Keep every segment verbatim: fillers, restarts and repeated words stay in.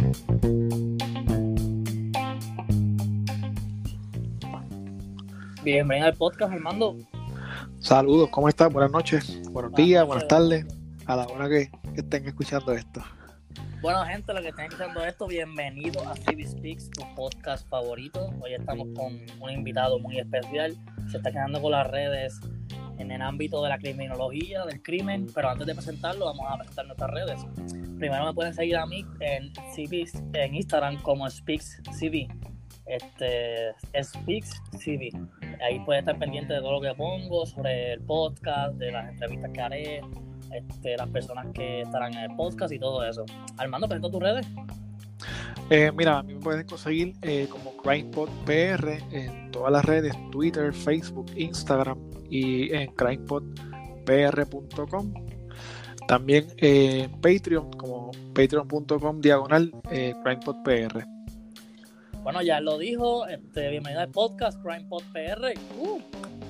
Bienvenido al podcast, Armando. Saludos, ¿cómo estás? Buenas noches, buenos Buenas días, noches. buenas tardes, a la hora que, que estén escuchando esto. Bueno, gente, los que estén escuchando esto, bienvenidos a C B Speaks, tu podcast favorito. Hoy estamos con un invitado muy especial. Se está quedando con las redes en el ámbito de la criminología, del crimen. Pero antes de presentarlo, vamos a presentar nuestras redes. Primero me pueden seguir a mí en C B, en Instagram como Speaks C B. Este, Speaks C B. Ahí puedes estar pendiente de todo lo que pongo sobre el podcast, de las entrevistas que haré, este, las personas que estarán en el podcast y todo eso. Armando, presenta tus redes. Eh, mira, a mí me pueden conseguir eh, como CrimePod P R en todas las redes, Twitter, Facebook, Instagram y en crimepod p r punto com. También eh, Patreon como patreon punto com diagonal eh, CrimePodPR. Bueno, ya lo dijo, este, bienvenido al podcast CrimePod P R. Uh.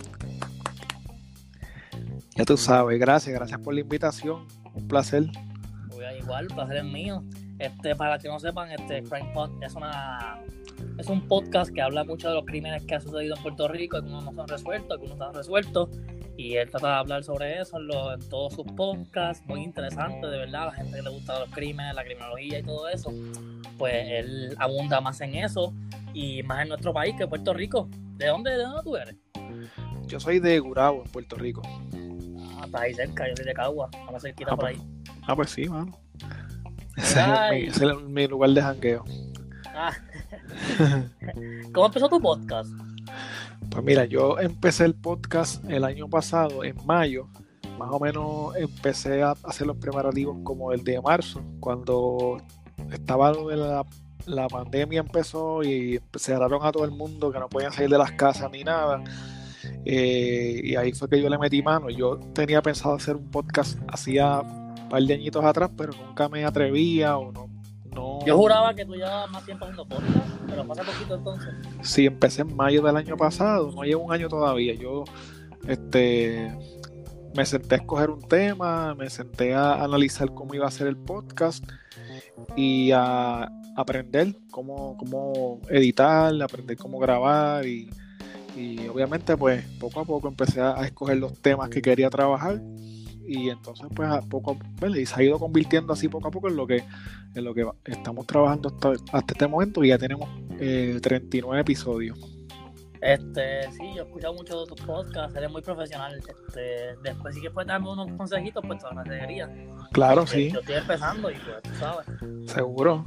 Ya tú sabes, gracias, gracias por la invitación, un placer. Uy, igual, el placer es mío. Este, para los que no sepan, este CrimePod es una es un podcast que habla mucho de los crímenes que han sucedido en Puerto Rico, algunos no se han resuelto, algunos se han resuelto, y él trata de hablar sobre eso en, lo, en todos sus podcasts, muy interesante, de verdad, a la gente que le gusta los crímenes, la criminología y todo eso, pues él abunda más en eso, y más en nuestro país que Puerto Rico. ¿De dónde, de dónde tú eres? Yo soy de Gurabo, en Puerto Rico. Ah, estás ahí cerca, yo soy de Cagua, vamos a cerquita Ah, por pues, ahí. ah, pues sí, mano. Ese Ay. es, mi, ese es mi lugar de jangueo. Ah. ¿Cómo empezó tu podcast? Pues mira, yo empecé el podcast el año pasado, en mayo. Más o menos empecé a hacer los preparativos como el de marzo, cuando estaba lo de la, la pandemia empezó y cerraron a todo el mundo, que no podían salir de las casas ni nada. Eh, y ahí fue que yo le metí mano. Yo tenía pensado hacer un podcast hacía un par de añitos atrás, pero nunca me atrevía o no. no... Yo juraba que tú llevabas más tiempo haciendo podcast, pero pasa poquito entonces. Sí, empecé en mayo del año pasado, no llevo un año todavía. Yo este, me senté a escoger un tema, me senté a analizar cómo iba a ser el podcast y a aprender cómo, cómo editar, aprender cómo grabar y, y obviamente pues poco a poco empecé a, a escoger los temas que quería trabajar y entonces pues a poco ¿vale? Y se ha ido convirtiendo así poco a poco en lo que en lo que estamos trabajando hasta, hasta este momento y ya tenemos eh, treinta y nueve episodios. Este, sí, yo he escuchado mucho de tus podcasts, eres muy profesional. Este, después si quieres puedes darme unos consejitos, pues te agradecería. Claro, Porque sí. Yo estoy empezando y pues tú sabes. Seguro.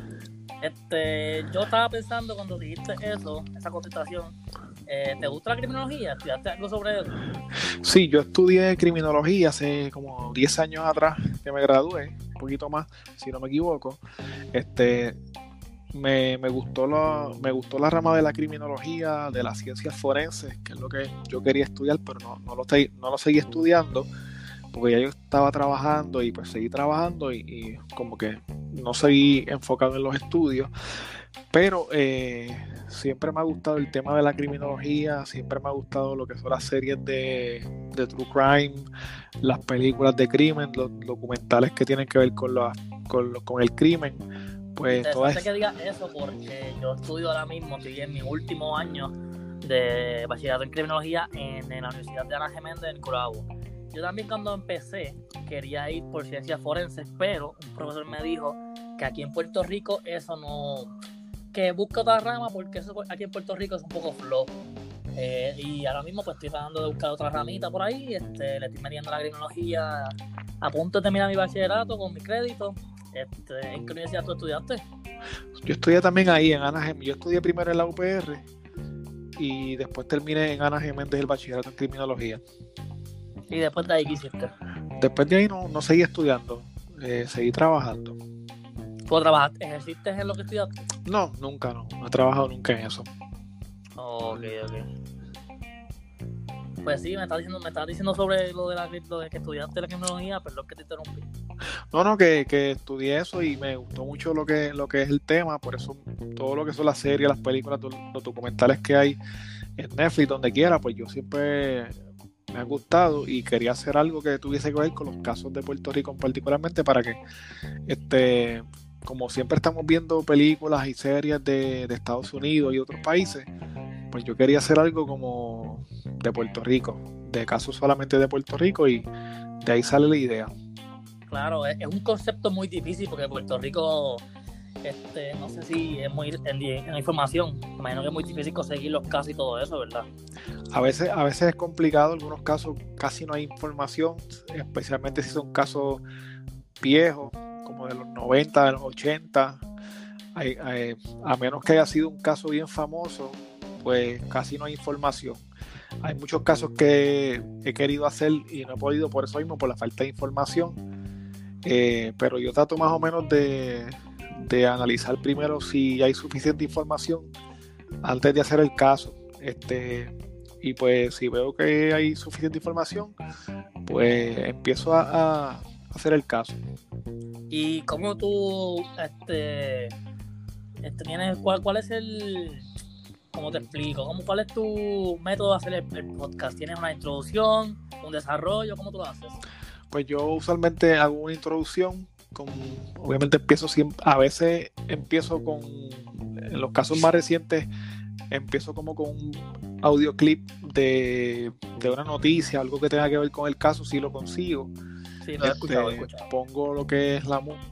Este, yo estaba pensando cuando dijiste eso, esa contestación, eh, ¿te gusta la criminología? ¿Estudiaste algo sobre eso? Sí, yo estudié criminología hace como diez años atrás que me gradué, un poquito más, si no me equivoco. Este, me, me gustó la, me gustó la rama de la criminología, de las ciencias forenses, que es lo que yo quería estudiar, pero no, no, lo, no lo seguí estudiando, porque ya yo estaba trabajando y pues seguí trabajando y, y como que no seguí enfocado en los estudios, pero eh, siempre me ha gustado el tema de la criminología, siempre me ha gustado lo que son las series de, de True Crime, las películas de crimen, los documentales que tienen que ver con, la, con, lo, con el crimen. Pues Interesante todas... que digas eso porque yo estudio ahora mismo, estoy en mi último año de bachillerato en criminología en, en la Universidad de Ana Geméndez en Curabo. Yo también cuando empecé quería ir por ciencias forenses, pero un profesor me dijo que aquí en Puerto Rico eso no... que busca otra rama porque eso aquí en Puerto Rico es un poco flojo. Eh, y ahora mismo pues estoy tratando de buscar otra ramita por ahí, este, le estoy metiendo la criminología a punto de terminar mi bachillerato con mi crédito. Este, ¿en qué universidad tú estudiaste? Yo estudié también ahí en Ana Geméndez. Yo estudié primero en la U P R y después terminé en Ana Geméndez el bachillerato en criminología. ¿Y después de ahí qué hiciste? Después de ahí no, no seguí estudiando, eh, seguí trabajando. ¿Tú trabajaste, ejerciste en lo que estudiaste? No, nunca, no, no he trabajado nunca en eso. Ok, ok. Pues sí, me estás diciendo, me estás diciendo sobre lo de la lo de que estudiaste la criminología, perdón que te interrumpí. No, no, que, que estudié eso y me gustó mucho lo que, lo que es el tema, por eso todo lo que son las series, las películas, los documentales que hay en Netflix, donde quiera, pues yo siempre me ha gustado y quería hacer algo que tuviese que ver con los casos de Puerto Rico particularmente para que este como siempre estamos viendo películas y series de, de Estados Unidos y otros países, pues yo quería hacer algo como de Puerto Rico, de casos solamente de Puerto Rico, y de ahí sale la idea. Claro, es, es un concepto muy difícil porque Puerto Rico, este, no sé si es muy en, en información, me imagino que es muy difícil conseguir los casos y todo eso, ¿verdad? A veces, a veces es complicado, en algunos casos casi no hay información, especialmente si son casos viejos, como de los noventa, de los ochenta, hay, hay, a menos que haya sido un caso bien famoso, pues casi no hay información. Hay muchos casos que he querido hacer y no he podido por eso mismo, por la falta de información, eh, pero yo trato más o menos de, de analizar primero si hay suficiente información antes de hacer el caso, este, y pues si veo que hay suficiente información, pues empiezo a, a hacer el caso. ¿Y cómo tú, este, este tienes, cuál, cuál es el, cómo te explico, ¿Cómo, cuál es tu método de hacer el, el podcast? ¿Tienes una introducción, un desarrollo? ¿Cómo tú lo haces? Pues yo usualmente hago una introducción, con, obviamente empiezo siempre, a veces empiezo con, en los casos más recientes, empiezo como con un audioclip de, de una noticia, algo que tenga que ver con el caso, si lo consigo. Sí, lo he este, escuchado, he escuchado. Pongo lo que es la música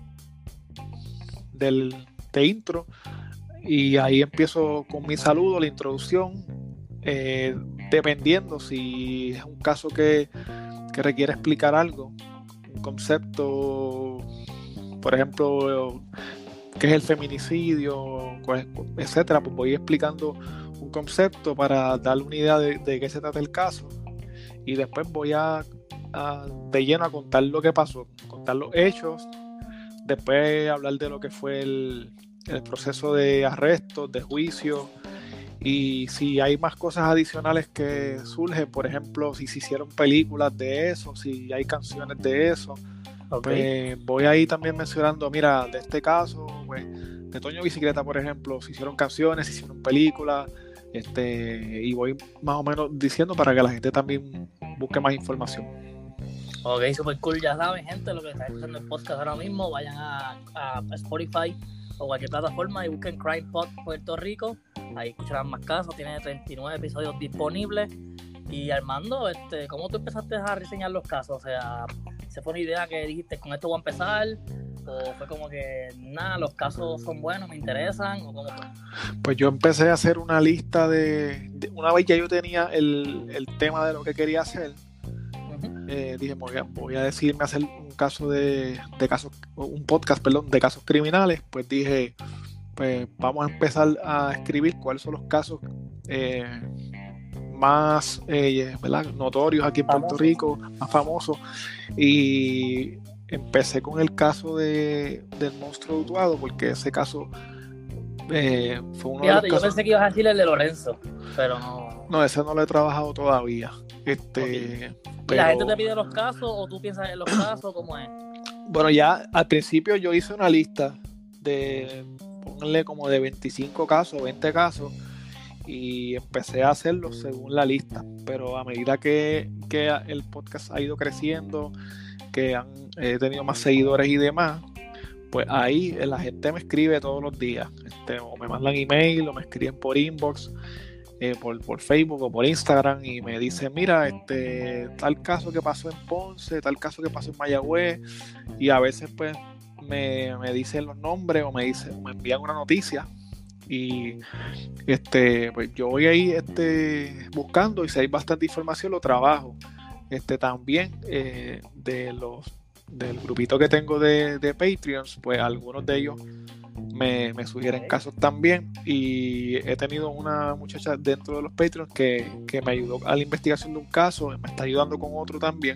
del de intro y ahí empiezo con mi saludo, la introducción, eh, dependiendo si es un caso que, que requiere explicar algo, un concepto, por ejemplo, qué es el feminicidio, etcétera, pues voy explicando un concepto para darle una idea de, de qué se trata el caso, y después voy a, a de lleno a contar lo que pasó, contar los hechos, después hablar de lo que fue el, el proceso de arresto, de juicio, y si hay más cosas adicionales que surgen, por ejemplo, si se hicieron películas de eso, si hay canciones de eso, okay. Pues voy ahí también mencionando, mira, de este caso, pues, de Toño Bicicleta, por ejemplo, se hicieron canciones, se hicieron películas, este, y voy más o menos diciendo para que la gente también busque más información. Ok, super cool. Ya saben, gente, lo que está escuchando el podcast ahora mismo, vayan a, a Spotify o cualquier plataforma y busquen Crime Pod Puerto Rico. Ahí escucharán más casos. Tiene treinta y nueve episodios disponibles. Y Armando, este, ¿cómo tú empezaste a reseñar los casos? O sea, ¿se fue una idea que dijiste, con esto voy a empezar? ¿O fue como que, nada, los casos son buenos, me interesan? ¿O cómo fue? Pues yo empecé a hacer una lista de... de una vez ya yo tenía el, el tema de lo que quería hacer. Eh, dije, voy a, voy a decidirme a hacer un caso de, de casos, un podcast, perdón, de casos criminales. Pues dije, pues vamos a empezar a escribir cuáles son los casos eh, más eh, ¿verdad? notorios aquí en Puerto famosos. Rico, más famosos. Y empecé con el caso de, del monstruo de Utuado, porque ese caso eh, fue uno Fíjate, de los casos... yo pensé que ibas a decir el de Lorenzo, pero no. No, ese no lo he trabajado todavía. Este, okay. pero... ¿La gente te pide los casos o tú piensas en los casos? ¿Cómo es? Bueno, ya al principio yo hice una lista de, pónganle como de veinticinco casos, veinte casos, y empecé a hacerlos según la lista. Pero a medida que, que el podcast ha ido creciendo, que han eh, tenido más seguidores y demás, pues ahí la gente me escribe todos los días. Este, o me mandan email o me escriben por inbox. Eh, por, por Facebook o por Instagram y me dicen, mira, este tal caso que pasó en Ponce, tal caso que pasó en Mayagüez, y a veces pues me, me dicen los nombres o me dicen, me envían una noticia y este pues yo voy ahí este buscando, y si hay bastante información lo trabajo. Este también eh, de los del grupito que tengo de, de Patreons, pues algunos de ellos Me, me sugieren casos también, y he tenido una muchacha dentro de los Patreons que, que me ayudó a la investigación de un caso, me está ayudando con otro también,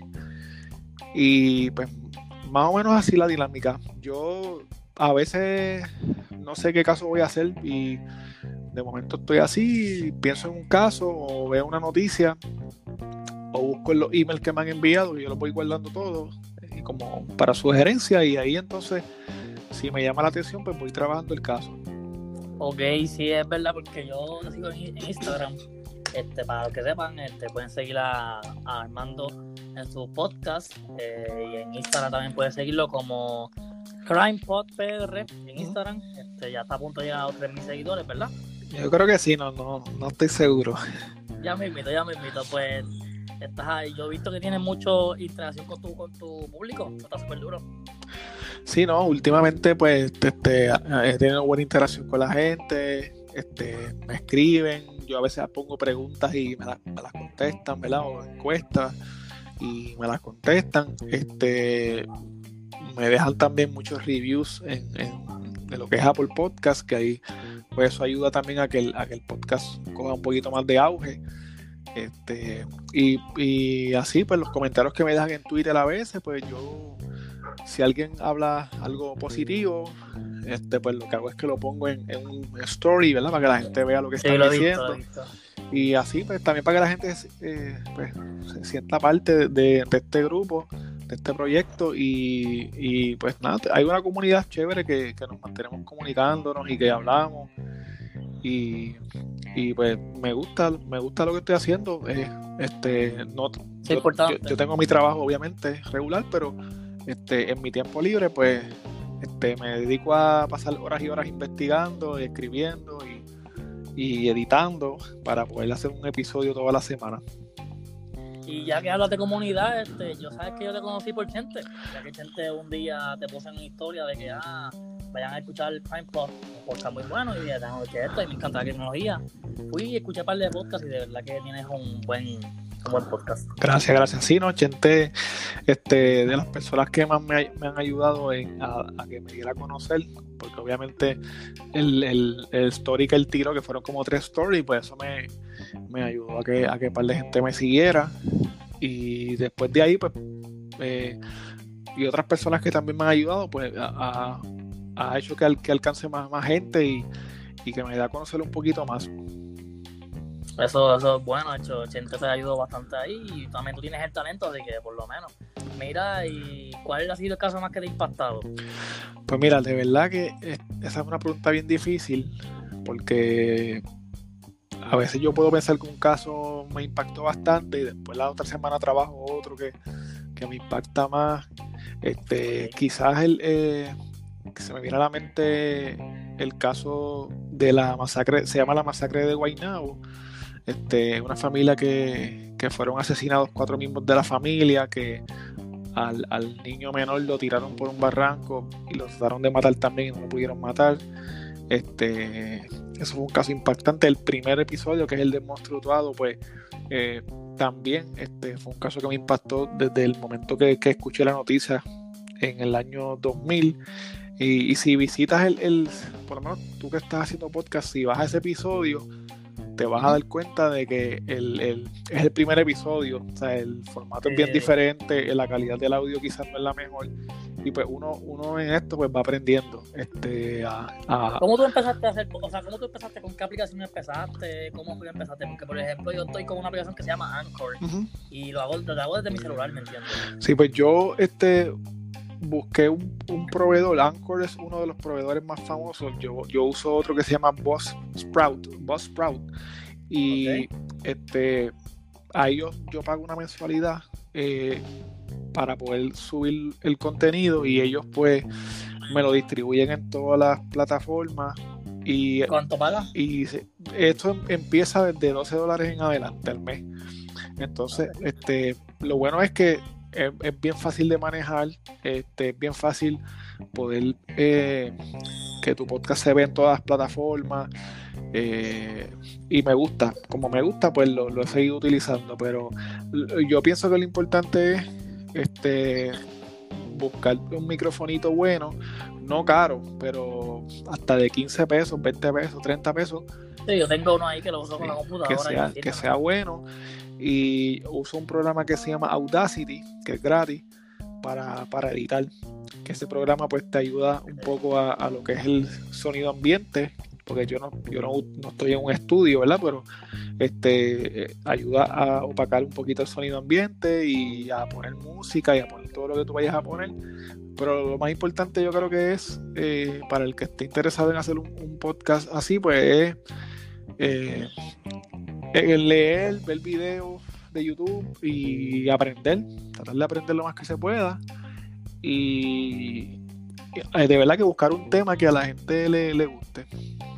y pues más o menos así la dinámica. Yo a veces no sé qué caso voy a hacer y de momento estoy así, pienso en un caso o veo una noticia o busco en los emails que me han enviado y yo los voy guardando todos y como para sugerencia, y ahí entonces si me llama la atención, pues voy trabajando el caso. Ok, sí, es verdad, porque yo lo sigo en Instagram. Este, para los que sepan, este, pueden seguir a, a Armando en su podcast, eh, y en Instagram también pueden seguirlo como CrimePod P R en Instagram. Este, ya está a punto de llegar a tres mil seguidores, ¿verdad? Yo creo que sí, no, no, no estoy seguro. Ya me invito, ya me invito. Pues estás ahí. Yo he visto que tienes mucho interacción con tu, con tu público. Eso está súper duro. Sí, no, últimamente pues este, he tenido buena interacción con la gente, este, me escriben, yo a veces pongo preguntas y me, la, me las contestan, ¿verdad? O encuestas y me las contestan. Este, me dejan también muchos reviews en, en, de lo que es Apple Podcast, que ahí pues eso ayuda también a que el, a que el podcast coja un poquito más de auge. Este, y, y así pues los comentarios que me dejan en Twitter a veces, pues yo, si alguien habla algo positivo, este, pues lo que hago es que lo pongo en, en un story, ¿verdad? Para que la gente vea lo que Sí, están lo he diciendo. visto, lo he visto. Y así pues también para que la gente eh, pues, se sienta parte de, de, de este grupo, de este proyecto. Y, y pues nada, hay una comunidad chévere que, que nos mantenemos comunicándonos y que hablamos. Y, y pues me gusta, me gusta lo que estoy haciendo. Eh, este, no, Sí, yo, importante. yo, yo tengo mi trabajo obviamente regular, pero este, en mi tiempo libre pues este, me dedico a pasar horas y horas investigando, escribiendo y, y editando para poder hacer un episodio toda la semana. Y ya que hablas de comunidad, este, yo sabes que yo te conocí por Chente, ya que Chente un día te puso en una historia de que ah, vayan a escuchar el Prime Plus, un podcast muy bueno, y dije, tengo que esto, y me encanta la criminología. Fui y escuché un par de podcasts y de verdad que tienes un buen, un buen podcast. Gracias, gracias. Sí, no, Chente, este, de las personas que más me, me han ayudado en, a, a que me diera a conocer, porque obviamente el, el, el story que él tiró, que fueron como tres stories, pues eso me, me ayudó a que, a que un par de gente me siguiera. Y después de ahí, pues, eh, y otras personas que también me han ayudado, pues, ha, ha hecho que, al, que alcance más, más gente y, y que me dé a conocer un poquito más. Eso, eso es bueno, de hecho, Chente te ayudó bastante ahí y también tú tienes el talento, así que por lo menos. Mira, ¿y cuál ha sido el caso más que te ha impactado? Pues mira, de verdad que esa es una pregunta bien difícil, porque a veces yo puedo pensar que un caso me impactó bastante y después la otra semana trabajo otro que, que me impacta más. Este, quizás el, eh, que se me viene a la mente el caso de la masacre, se llama la masacre de Guaynabo. Este, una familia que, que fueron asesinados cuatro miembros de la familia, que al, al niño menor lo tiraron por un barranco y lo trataron de matar también y no lo pudieron matar. Este, eso fue un caso impactante. El primer episodio, que es el de Monstruo Tuado, pues eh, también este, fue un caso que me impactó desde el momento que, que escuché la noticia en el año dos mil. Y, y si visitas el, el, por lo menos tú que estás haciendo podcast, si vas a ese episodio, te vas a dar cuenta de que el, el, es el primer episodio, o sea, el formato es bien diferente, la calidad del audio quizás no es la mejor, y pues uno, uno en esto pues va aprendiendo. Este, a, a... ¿Cómo tú empezaste a hacer, o sea, cómo tú empezaste, con qué aplicación empezaste, cómo fue que empezaste? Porque, por ejemplo, yo estoy con una aplicación que se llama Anchor, uh-huh. y lo hago, lo hago desde mi celular, ¿me entiendes? Sí, pues yo, este... busqué un, un proveedor. Anchor es uno de los proveedores más famosos. Yo, yo uso otro que se llama Buzzsprout, Buzzsprout y okay. este, ahí yo, yo pago una mensualidad eh, para poder subir el contenido y ellos pues me lo distribuyen en todas las plataformas. Y, ¿cuánto pagas? Y esto empieza desde doce dólares en adelante al mes. Entonces, okay. este, lo bueno es que Es, es bien fácil de manejar, este, es bien fácil poder eh, que tu podcast se vea en todas las plataformas, eh, y me gusta, como me gusta pues lo, lo he seguido utilizando, pero yo pienso que lo importante es este, buscar un microfonito bueno, no caro, pero hasta de quince pesos, veinte pesos, treinta pesos. Sí, yo tengo uno ahí que lo uso con la computadora. Que sea, que sea bueno. Y uso un programa que se llama Audacity, que es gratis, para, para editar. Que ese programa pues te ayuda un poco a, a lo que es el sonido ambiente, porque yo no, yo no, no estoy en un estudio, ¿verdad? Pero este eh, ayuda a opacar un poquito el sonido ambiente y a poner música y a poner todo lo que tú vayas a poner. Pero lo más importante yo creo que es, eh, para el que esté interesado en hacer un, un podcast así, pues es eh, leer, ver videos de YouTube y aprender, tratar de aprender lo más que se pueda y, eh, de verdad que buscar un tema que a la gente le, le guste.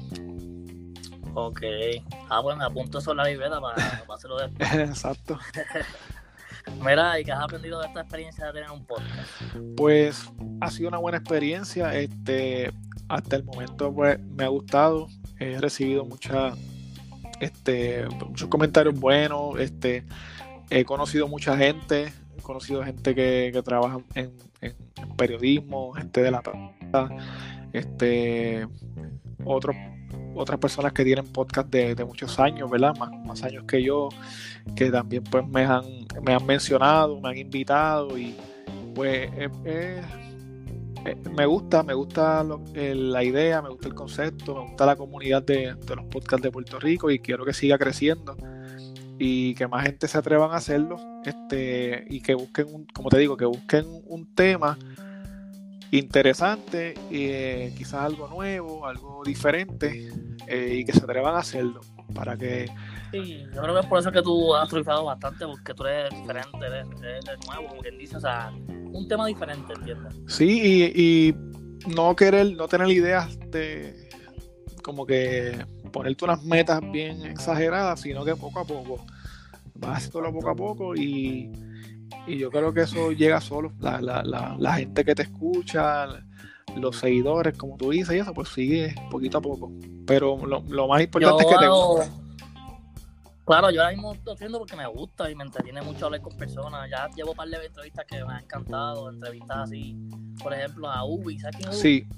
Ok. Ah, bueno, me apunto eso en la libreta para, para hacerlo después. Exacto. Mira, ¿y qué has aprendido de esta experiencia de tener un podcast? Pues ha sido una buena experiencia. Este, hasta el momento pues me ha gustado. He recibido mucha, este, muchos comentarios buenos. Este, he conocido mucha gente. He conocido gente que, que trabaja en, en, en periodismo, gente de la prensa, este, otros otras personas que tienen podcast de, de muchos años, ¿verdad? Más, más años que yo, que también pues me han, me han mencionado, me han invitado y pues eh, eh, eh, me gusta, me gusta lo, eh, la idea, me gusta el concepto, me gusta la comunidad de, de los podcasts de Puerto Rico y quiero que siga creciendo y que más gente se atrevan a hacerlo, este, y que busquen, un, como te digo, que busquen un tema interesante, eh, quizás algo nuevo, algo diferente, eh, y que se atrevan a hacerlo para que... Sí, yo creo que es por eso que tú has triunfado bastante, porque tú eres diferente, eres, eres nuevo, como quien dice, o sea, un tema diferente, ¿entiendes? Sí, y, y no querer, no tener ideas de como que ponerte unas metas bien exageradas, sino que poco a poco vas haciéndolo poco a poco y Y yo creo que eso llega solo. La, la, la, la gente que te escucha, los seguidores, como tú dices, y eso, pues sigue poquito a poco. Pero lo, lo más importante yo es que hago... te guste. Claro, yo ahora mismo estoy haciendo porque me gusta y me entretiene mucho hablar con personas. Ya llevo un par de entrevistas que me han encantado, entrevistas así, por ejemplo, a Ubi, ¿sabes quién es Ubi? Sí.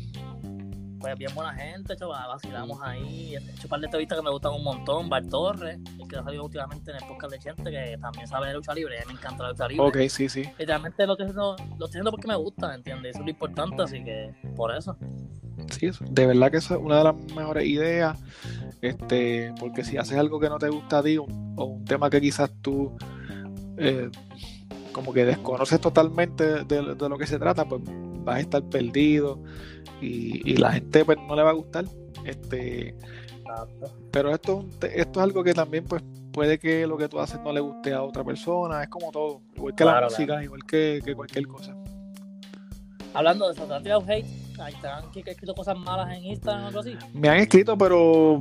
Pues bien buena gente, chaval, vacilamos ahí. He hecho un par de entrevistas que me gustan un montón. Bar Torres, el que ha salido últimamente en el podcast de Chente, que también sabe de lucha libre, me encanta la lucha libre. Ok, sí, sí. Y realmente lo estoy haciendo, lo estoy haciendo porque me gusta, ¿entiendes? Eso es lo importante, así que por eso. Sí, eso. De verdad que eso es una de las mejores ideas, este, porque si haces algo que no te gusta a ti o, o un tema que quizás tú eh, como que desconoces totalmente de, de lo que se trata, pues vas a estar perdido y, y la gente pues no le va a gustar. Este, Exacto. pero esto, esto es algo que también pues puede que lo que tú haces no le guste a otra persona, es como todo, igual que Claro, la música, claro. igual que, que cualquier cosa. Hablando de eso, ¿te han tirado hate? Ahí te han escrito cosas malas en Instagram o algo así. Me han escrito, pero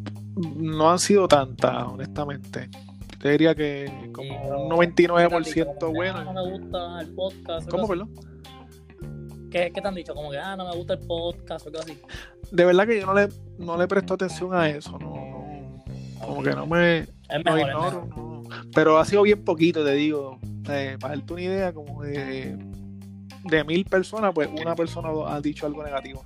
no han sido tantas, honestamente. Te diría que como Sí, pero un noventa y nueve ¿qué te han por dicho? ciento Como que, ah, bueno. no me gusta el podcast. o ¿Cómo, algo así. perdón? ¿Qué, ¿Qué te han dicho? Como que, ah, no me gusta el podcast o algo así. De verdad que yo no le, no le presto atención a eso, no, no, como que no me Es lo mejor, es ignoro, mejor. no. Pero ha sido bien poquito, te digo. O sea, para darte una idea, como de, de mil personas, pues una persona ha dicho algo negativo.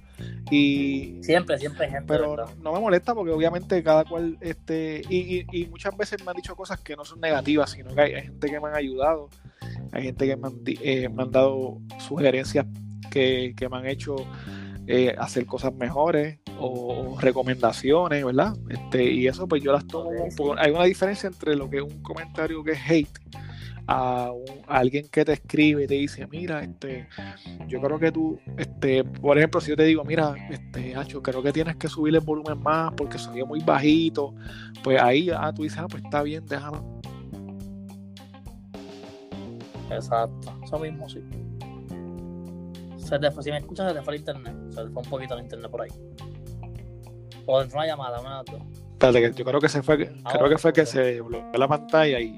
Y Siempre, siempre hay gente, pero ¿verdad? no me molesta porque obviamente cada cual este y, y, y muchas veces me han dicho cosas que no son negativas, sino que hay, hay gente que me han ayudado, hay gente que me han, eh, me han dado sugerencias que, que me han hecho eh, hacer cosas mejores o, o recomendaciones, ¿verdad? Este, y eso pues yo las tomo, Okay, sí. hay una diferencia entre lo que es un comentario que es hate a, un, a alguien que te escribe y te dice, mira, este, yo creo que tú, este, por ejemplo, si yo te digo, mira, este, Hacho, creo que tienes que subir el volumen más porque soy muy bajito, pues ahí, ah, tú dices, ah, pues está bien, déjame. Exacto, eso mismo, sí. Se te fue, si me escuchas, se te fue el internet. Se te fue un poquito el internet por ahí. O dentro de una llamada, una de las dos. Espérate, que yo creo que se fue, Ahora, creo que fue que ok. se bloqueó la pantalla y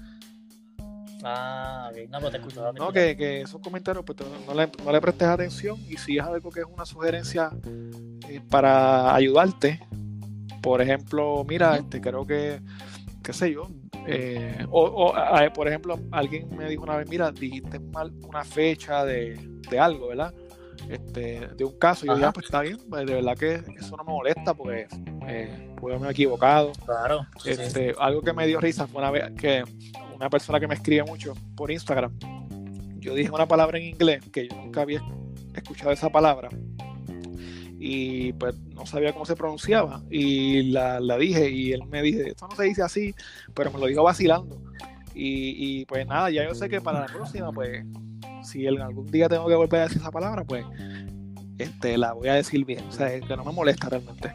Ah, ok. No, pero te escucho. ahora te no, escucho. que, que esos comentarios pues no, no le, no le prestes atención y si es algo que es una sugerencia eh, para ayudarte, por ejemplo, mira, Ujú. este, creo que, qué sé yo, eh, o, o a- por ejemplo, alguien me dijo una vez, mira, dijiste mal una fecha de, de algo, ¿verdad? Este, de un caso, y yo dije, Ajá. ah, pues está bien, pues, de verdad que eso no me molesta porque eh, puedo haberme equivocado. Claro. Sí, sí. Este, algo que me dio risa fue una vez que una persona que me escribe mucho por Instagram, yo dije una palabra en inglés que yo nunca había escuchado esa palabra y pues no sabía cómo se pronunciaba y la, la dije y él me dice, esto no se dice así, pero me lo dijo vacilando y, y pues nada, ya yo sé que para la próxima pues si en algún día tengo que volver a decir esa palabra pues este, la voy a decir bien, o sea, que no me molesta realmente.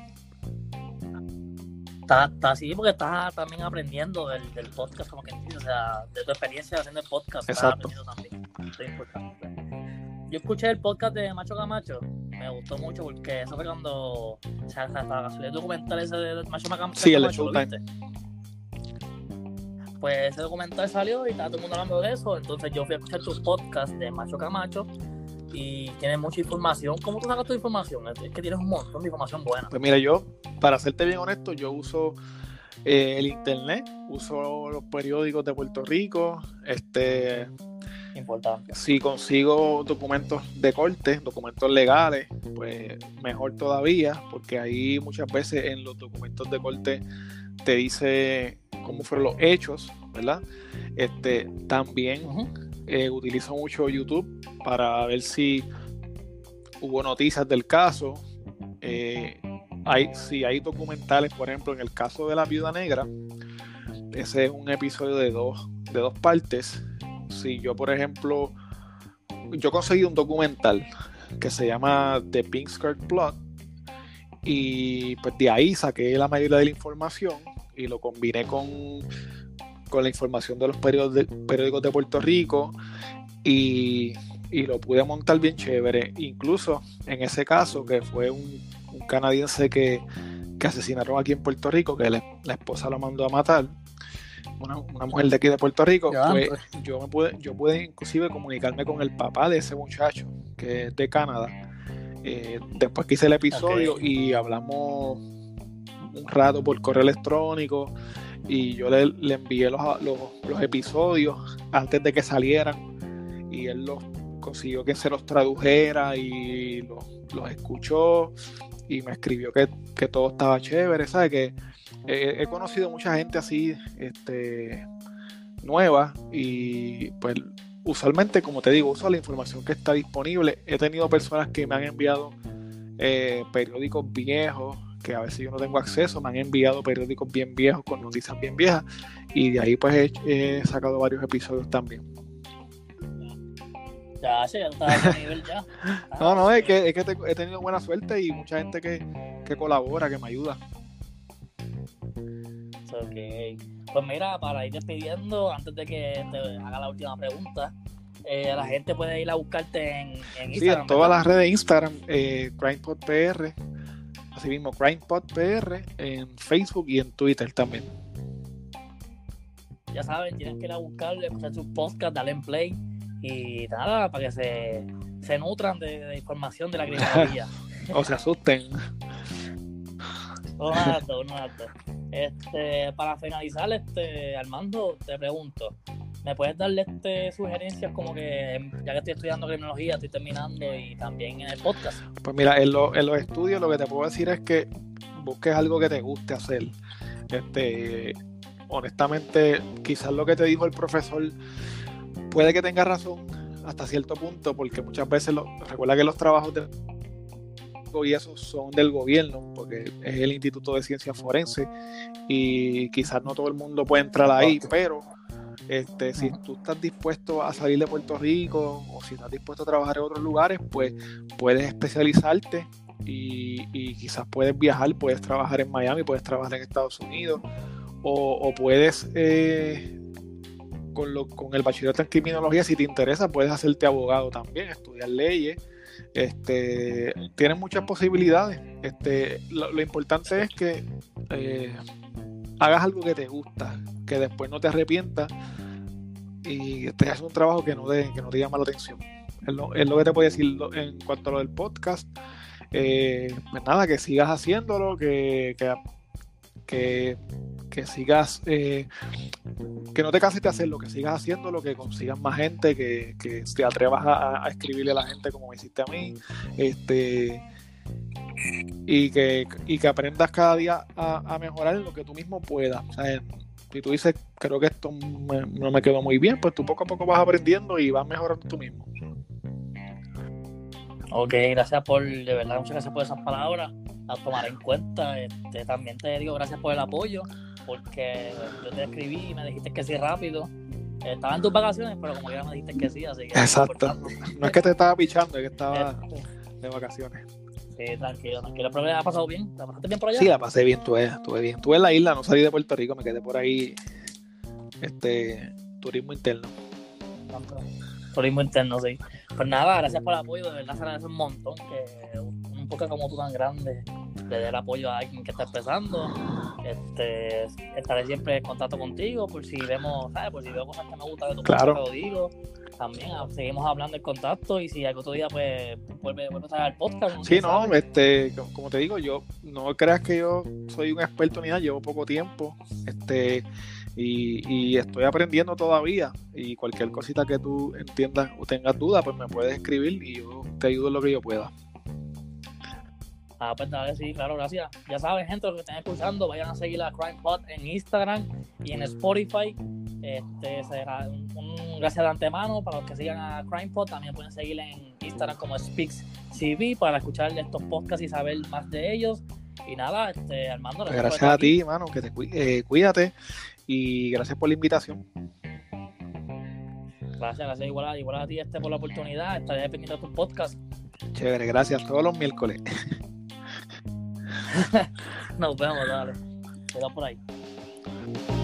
Estás está así porque estás también aprendiendo del, del podcast, como que entiendes, o sea, de tu experiencia haciendo el podcast, estás Exacto. aprendiendo también. Eso es importante. yo escuché el podcast de Macho Camacho, me gustó mucho porque eso fue cuando, o sea, hasta salió el documental ese de Macho Camacho. Sí, el de Camacho, ¿lo Showtime. viste? Pues ese documental salió y estaba todo el mundo hablando de eso, entonces yo fui a escuchar tu podcast de Macho Camacho y tienes mucha información. ¿Cómo tú sacas tu información? Es que tienes un montón de información buena. Pues mira, yo, para serte bien honesto, yo uso eh, el internet, uso los periódicos de Puerto Rico, este, Importante. si consigo documentos de corte, documentos legales, pues mejor todavía, porque ahí muchas veces en los documentos de corte te dice cómo fueron los hechos, ¿verdad? Este, también Uh-huh. eh, utilizo mucho YouTube para ver si hubo noticias del caso. Eh, hay, si hay documentales, por ejemplo, en el caso de la Viuda Negra, ese es un episodio de dos, de dos partes. Si yo, por ejemplo, yo conseguí un documental que se llama The Pink Skirt Plot y pues de ahí saqué la mayoría de la información y lo combiné con, con la información de los periódicos de, periódicos de Puerto Rico y, y lo pude montar bien chévere. Incluso en ese caso, que fue un, un canadiense que, que asesinaron aquí en Puerto Rico, que la, la esposa lo mandó a matar, una, una mujer de aquí de Puerto Rico, Ya, pues, pues. yo, me pude, yo pude inclusive comunicarme con el papá de ese muchacho, que es de Canadá. Eh, después que hice el episodio Okay. y hablamos un rato por correo electrónico y yo le, le envié los, los, los episodios antes de que salieran y él los consiguió que se los tradujera y los, los escuchó y me escribió que, que todo estaba chévere, ¿sabes? Que eh, he conocido mucha gente así este, nueva y pues usualmente, como te digo, uso la información que está disponible. He tenido personas que me han enviado eh, periódicos viejos que a veces yo no tengo acceso, me han enviado periódicos bien viejos con noticias bien viejas y de ahí pues he, he sacado varios episodios también. Ya, sí, ya estás a ese nivel ya. No, no, es que, es que te, he tenido buena suerte y mucha gente que, que colabora, que me ayuda. Ok. Pues mira, para ir despidiendo, antes de que te haga la última pregunta, eh, la gente puede ir a buscarte en, en Instagram. Sí, en todas ¿verdad? las redes de Instagram, eh, CrimePod P R, así mismo CrimePod P R, en Facebook y en Twitter también. Ya saben, tienen que ir a buscarle, escuchar sus podcasts, darle en play y nada, para que se, se nutran de, de información de la criminología. O se asusten. Uno de las dos, uno de las dos. Este, para finalizar, este, Armando, te pregunto, ¿me puedes darle este, sugerencias como que, ya que estoy estudiando criminología, estoy terminando y también en el podcast? Pues mira, en, lo, en los estudios lo que te puedo decir es que busques algo que te guste hacer. Este, honestamente, quizás lo que te dijo el profesor puede que tenga razón hasta cierto punto, porque muchas veces lo, recuerda que los trabajos de y esos son del gobierno, porque es el Instituto de Ciencias Forenses y quizás no todo el mundo puede entrar ahí, pero este, si tú estás dispuesto a salir de Puerto Rico o si estás dispuesto a trabajar en otros lugares, pues puedes especializarte y, y quizás puedes viajar, puedes trabajar en Miami, puedes trabajar en Estados Unidos o, o puedes eh, con, lo, con el bachillerato en criminología, si te interesa, puedes hacerte abogado también, estudiar leyes. Este, tienes muchas posibilidades. Este, lo, lo importante es que eh, hagas algo que te gusta, que después no te arrepientas y te hagas un trabajo que no te, que no te llama la atención. Es lo, es lo que te puedo decir en cuanto a lo del podcast. Eh, pues nada, que sigas haciéndolo, que, que, que, que sigas, eh, que no te canses de hacerlo, que sigas haciéndolo, que consigas más gente, que, que te atrevas a, a escribirle a la gente como me hiciste a mí, este, y que, y que aprendas cada día a, a mejorar en lo que tú mismo puedas. O sea, si tú dices, creo que esto me, no me quedó muy bien, pues tú poco a poco vas aprendiendo y vas mejorando tú mismo. Ok, gracias por, de verdad, muchas gracias por esas palabras, las tomaré en cuenta. Este, también te digo gracias por el apoyo, porque yo te escribí y me dijiste que sí rápido. Estaba en tus vacaciones, pero como ya me dijiste que sí, así que exacto. Es no es que te estaba pichando, es que estaba este, de vacaciones. Sí, tranquilo, tranquilo. ¿Pero la has pasado bien? ¿La pasaste bien por allá? Sí, la pasé bien, estuve, estuve bien. Estuve en la isla, no salí de Puerto Rico, me quedé por ahí, este, turismo interno. turismo interno, sí. Pues nada, gracias por el apoyo, de verdad se agradece un montón que un podcast como tú tan grande le dé el apoyo a alguien que está empezando. Este, estaré siempre en contacto contigo por si vemos, ¿sabes? Por si veo cosas que me gustan de tu Claro. podcast, lo digo. También seguimos hablando en contacto y si algún otro día pues vuelve, vuelve a estar al podcast. Sí, no, este, como te digo, yo no creas que yo soy un experto ni nada, llevo poco tiempo, este, y, y estoy aprendiendo todavía, y cualquier cosita que tú entiendas o tengas duda, pues me puedes escribir y yo te ayudo en lo que yo pueda. Ah, pues dale, sí, claro, gracias. Ya saben, gente, los que estén escuchando, vayan a seguir a CrimePod en Instagram y en Spotify. Este será un, un gracias de antemano para los que sigan a CrimePod. También pueden seguir en Instagram como SpeaksCV para escuchar estos podcasts y saber más de ellos. Y nada, este, Armando, Pues gracias a ti, mano, que te cu- eh, cuídate y gracias por la invitación. Gracias, gracias igual a, igual a ti este por la oportunidad. Estaré dependiendo de tus podcasts. Chévere, gracias, todos los miércoles. Nos vemos, dale. Queda por ahí.